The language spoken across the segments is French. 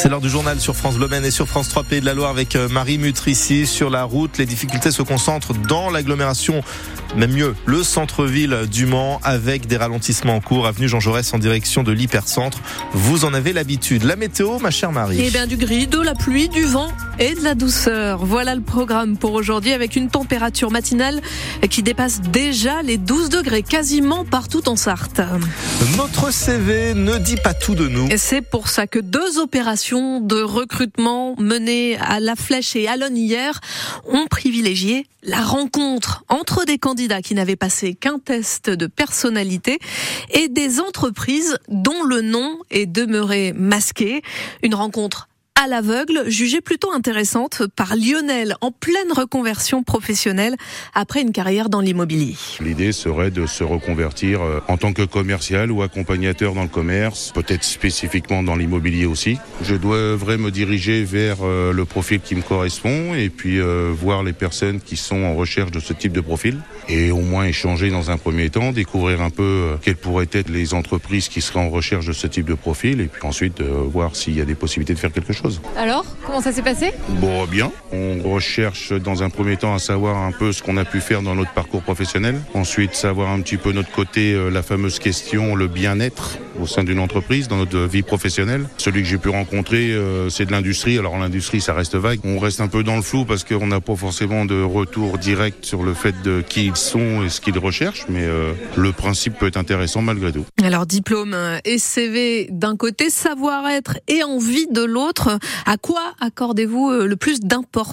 C'est l'heure du journal sur France Bleu Maine et sur France 3 Pays de la Loire avec Marie Mutrici. Sur la route, les difficultés se concentrent dans l'agglomération, même mieux, le centre-ville du Mans, avec des ralentissements en cours. Avenue Jean Jaurès en direction de l'hypercentre. Vous en avez l'habitude. La météo, ma chère Marie. Eh bien, du gris, de la pluie, du vent et de la douceur. Voilà le programme pour aujourd'hui, avec une température matinale qui dépasse déjà les 12 degrés, quasiment partout en Sarthe. Notre CV ne dit pas tout de nous. Et c'est pour ça que 2 opérations de recrutement menées à La Flèche et Allonne hier ont privilégié la rencontre entre des candidats qui n'avaient passé qu'un test de personnalité et des entreprises dont le nom est demeuré masqué. Une rencontre à l'aveugle, jugée plutôt intéressante par Lionel, en pleine reconversion professionnelle après une carrière dans l'immobilier. L'idée serait de se reconvertir en tant que commercial ou accompagnateur dans le commerce, peut-être spécifiquement dans l'immobilier aussi. Je devrais me diriger vers le profil qui me correspond et puis voir les personnes qui sont en recherche de ce type de profil et au moins échanger dans un premier temps, découvrir un peu quelles pourraient être les entreprises qui seraient en recherche de ce type de profil et puis ensuite voir s'il y a des possibilités de faire quelque chose. Alors, comment ça s'est passé ? Bon, bien. On recherche dans un premier temps à savoir un peu ce qu'on a pu faire dans notre parcours professionnel. Ensuite, savoir un petit peu notre côté, la fameuse question, le bien-être au sein d'une entreprise, dans notre vie professionnelle. Celui que j'ai pu rencontrer, c'est de l'industrie. Alors l'industrie, ça reste vague. On reste un peu dans le flou parce qu'on n'a pas forcément de retour direct sur le fait de qui ils sont et ce qu'ils recherchent. Mais le principe peut être intéressant malgré tout. Alors, diplôme et CV d'un côté, savoir-être et envie de l'autre. À quoi accordez-vous le plus d'importance ?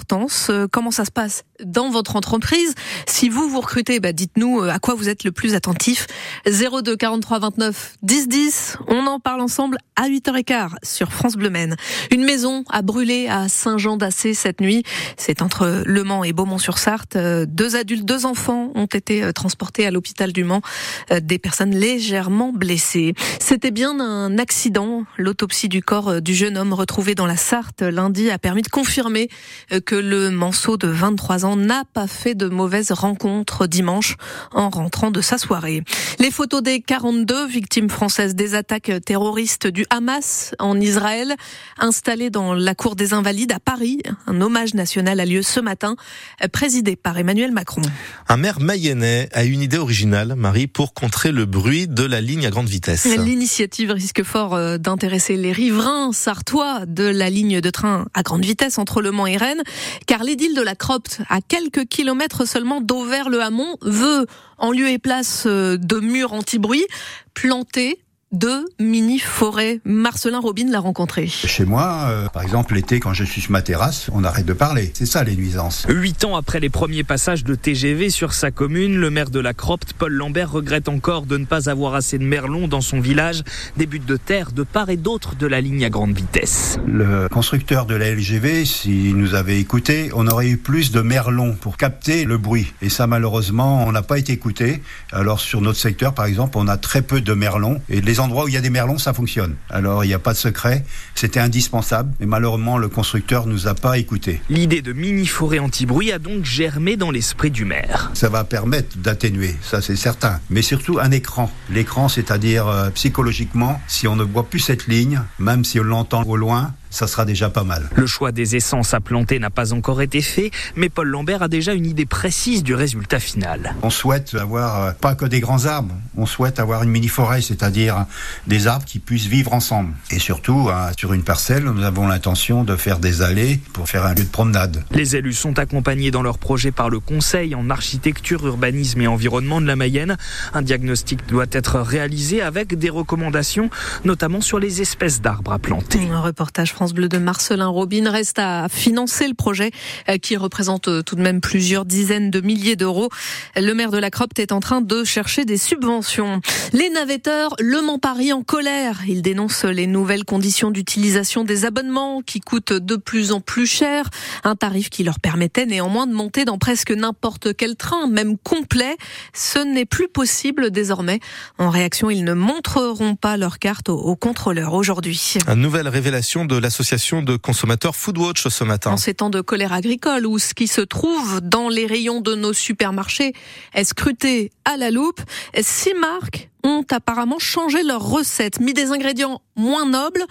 Comment ça se passe dans votre entreprise ? Si vous recrutez, dites-nous à quoi vous êtes le plus attentif. 02 43 29 10 10. On en parle ensemble à 8h15 sur France Bleu Maine. Une maison a brûlé à Saint-Jean-d'Assé cette nuit. C'est entre Le Mans et Beaumont-sur-Sarthe. 2 adultes, 2 enfants ont été transportés à l'hôpital du Mans. Des personnes légèrement blessées. C'était bien un accident. L'autopsie du corps du jeune homme retrouvé dans la Sarthe lundi a permis de confirmer que le Manceau de 23 ans n'a pas fait de mauvaise rencontre dimanche en rentrant de sa soirée. Les photos des 42 victimes françaises des attaques terroristes du Hamas en Israël, installées dans la cour des Invalides à Paris. Un hommage national a lieu ce matin, présidé par Emmanuel Macron. Un maire mayennais a une idée originale, Marie, pour contrer le bruit de la ligne à grande vitesse. L'initiative risque fort d'intéresser les riverains sartois de la ligne de train à grande vitesse entre Le Mans et Rennes, car l'édile de la Cropte, à quelques kilomètres seulement d'Auvers-le-Hamon, veut, en lieu et place de murs anti-bruit, planter 2 mini-forêts. Marcelin Robin l'a rencontré. Chez moi, par exemple, l'été, quand je suis sur ma terrasse, on arrête de parler. C'est ça, les nuisances. 8 ans après les premiers passages de TGV sur sa commune, le maire de la Cropte, Paul Lambert, regrette encore de ne pas avoir assez de merlons dans son village. Des buttes de terre de part et d'autre de la ligne à grande vitesse. Le constructeur de la LGV, s'il nous avait écoutés, on aurait eu plus de merlons pour capter le bruit. Et ça, malheureusement, on n'a pas été écoutés. Alors, sur notre secteur, par exemple, on a très peu de merlons. Et les endroits où il y a des merlons, ça fonctionne. Alors, il n'y a pas de secret. C'était indispensable. Mais malheureusement, le constructeur nous a pas écoutés. L'idée de mini-forêt anti-bruit a donc germé dans l'esprit du maire. Ça va permettre d'atténuer, ça c'est certain. Mais surtout un écran. L'écran, c'est-à-dire psychologiquement, si on ne voit plus cette ligne, même si on l'entend au loin, ça sera déjà pas mal. Le choix des essences à planter n'a pas encore été fait, mais Paul Lambert a déjà une idée précise du résultat final. On souhaite avoir pas que des grands arbres, on souhaite avoir une mini-forêt, c'est-à-dire des arbres qui puissent vivre ensemble. Et surtout, sur une parcelle, nous avons l'intention de faire des allées pour faire un lieu de promenade. Les élus sont accompagnés dans leur projet par le Conseil en architecture, urbanisme et environnement de la Mayenne. Un diagnostic doit être réalisé avec des recommandations, notamment sur les espèces d'arbres à planter. Un reportage France Bleu de Marcelin Robin. Reste à financer le projet qui représente tout de même plusieurs dizaines de milliers d'euros. Le maire de la Cropte est en train de chercher des subventions. Les navetteurs, Le Mans-Paris en colère. Ils dénoncent les nouvelles conditions d'utilisation des abonnements qui coûtent de plus en plus cher. Un tarif qui leur permettait néanmoins de monter dans presque n'importe quel train, même complet. Ce n'est plus possible désormais. En réaction, ils ne montreront pas leur carte aux contrôleurs aujourd'hui. Une nouvelle révélation de l'association de consommateurs Foodwatch ce matin. En ces temps de colère agricole où ce qui se trouve dans les rayons de nos supermarchés est scruté à la loupe, 6 marques ont apparemment changé leurs recettes, mis des ingrédients moins nobles,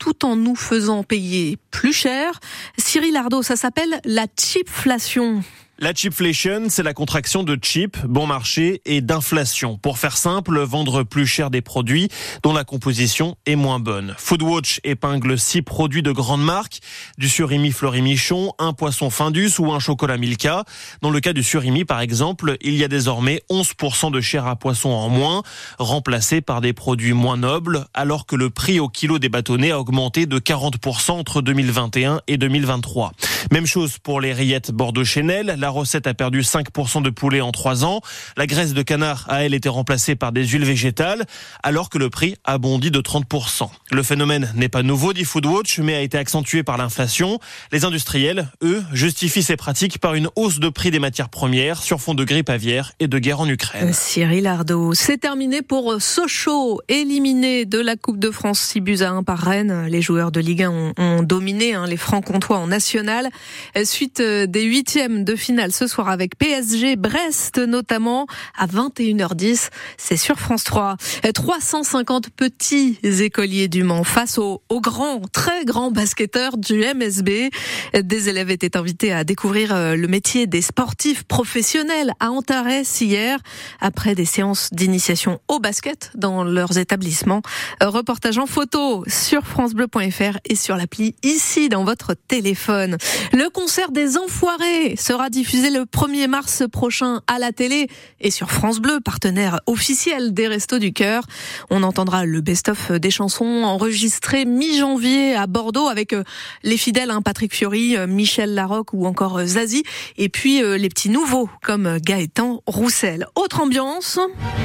tout en nous faisant payer plus cher. Cyril Ardo, ça s'appelle la cheapflation. La cheapflation, c'est la contraction de cheap, bon marché, et d'inflation. Pour faire simple, vendre plus cher des produits dont la composition est moins bonne. Foodwatch épingle 6 produits de grandes marques, du surimi Fleury-Michon, un poisson Findus ou un chocolat Milka. Dans le cas du surimi, par exemple, il y a désormais 11% de chair à poisson en moins, remplacé par des produits moins nobles, alors que le prix au kilo des bâtonnets a augmenté de 40% entre 2021 et 2023. Même chose pour les rillettes Bordeaux-Chenel. La recette a perdu 5% de poulet en 3 ans. La graisse de canard a, elle, été remplacée par des huiles végétales, alors que le prix a bondi de 30%. Le phénomène n'est pas nouveau, dit Foodwatch, mais a été accentué par l'inflation. Les industriels, eux, justifient ces pratiques par une hausse de prix des matières premières sur fond de grippe aviaire et de guerre en Ukraine. Cyril Ardo, c'est terminé pour Sochaux, éliminé de la Coupe de France 6-1 par Rennes. Les joueurs de Ligue 1 ont dominé les Francs-Comtois en national. Suite des 8e de finale ce soir avec PSG Brest notamment à 21h10. C'est sur France 3. 350 petits écoliers du Mans face aux grands, très grands basketteurs du MSB. Des élèves étaient invités à découvrir le métier des sportifs professionnels à Antares hier après des séances d'initiation au basket dans leurs établissements. Reportage en photo sur francebleu.fr et sur l'appli ici dans votre téléphone. Le concert des Enfoirés sera diffusé le 1er mars prochain à la télé et sur France Bleu, partenaire officiel des Restos du Cœur. On entendra le best-of des chansons enregistrées mi-janvier à Bordeaux avec les fidèles, Patrick Fiori, Michel Larocque ou encore Zazie. Et puis les petits nouveaux comme Gaëtan Roussel. Autre ambiance.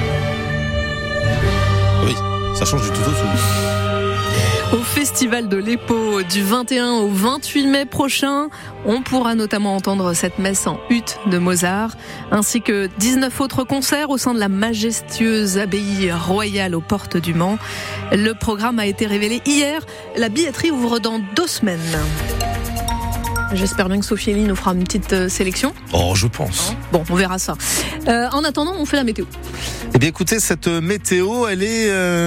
Oui, ça change du tout au tout. Au Festival de l'Épau du 21 au 28 mai prochain, on pourra notamment entendre cette messe en ut de Mozart, ainsi que 19 autres concerts au sein de la majestueuse abbaye royale aux portes du Mans. Le programme a été révélé hier. La billetterie ouvre dans 2 semaines. J'espère bien que Sophie Elie nous fera une petite sélection. Oh, je pense. Bon, on verra ça. En attendant, on fait la météo. Eh bien, écoutez, cette météo, elle est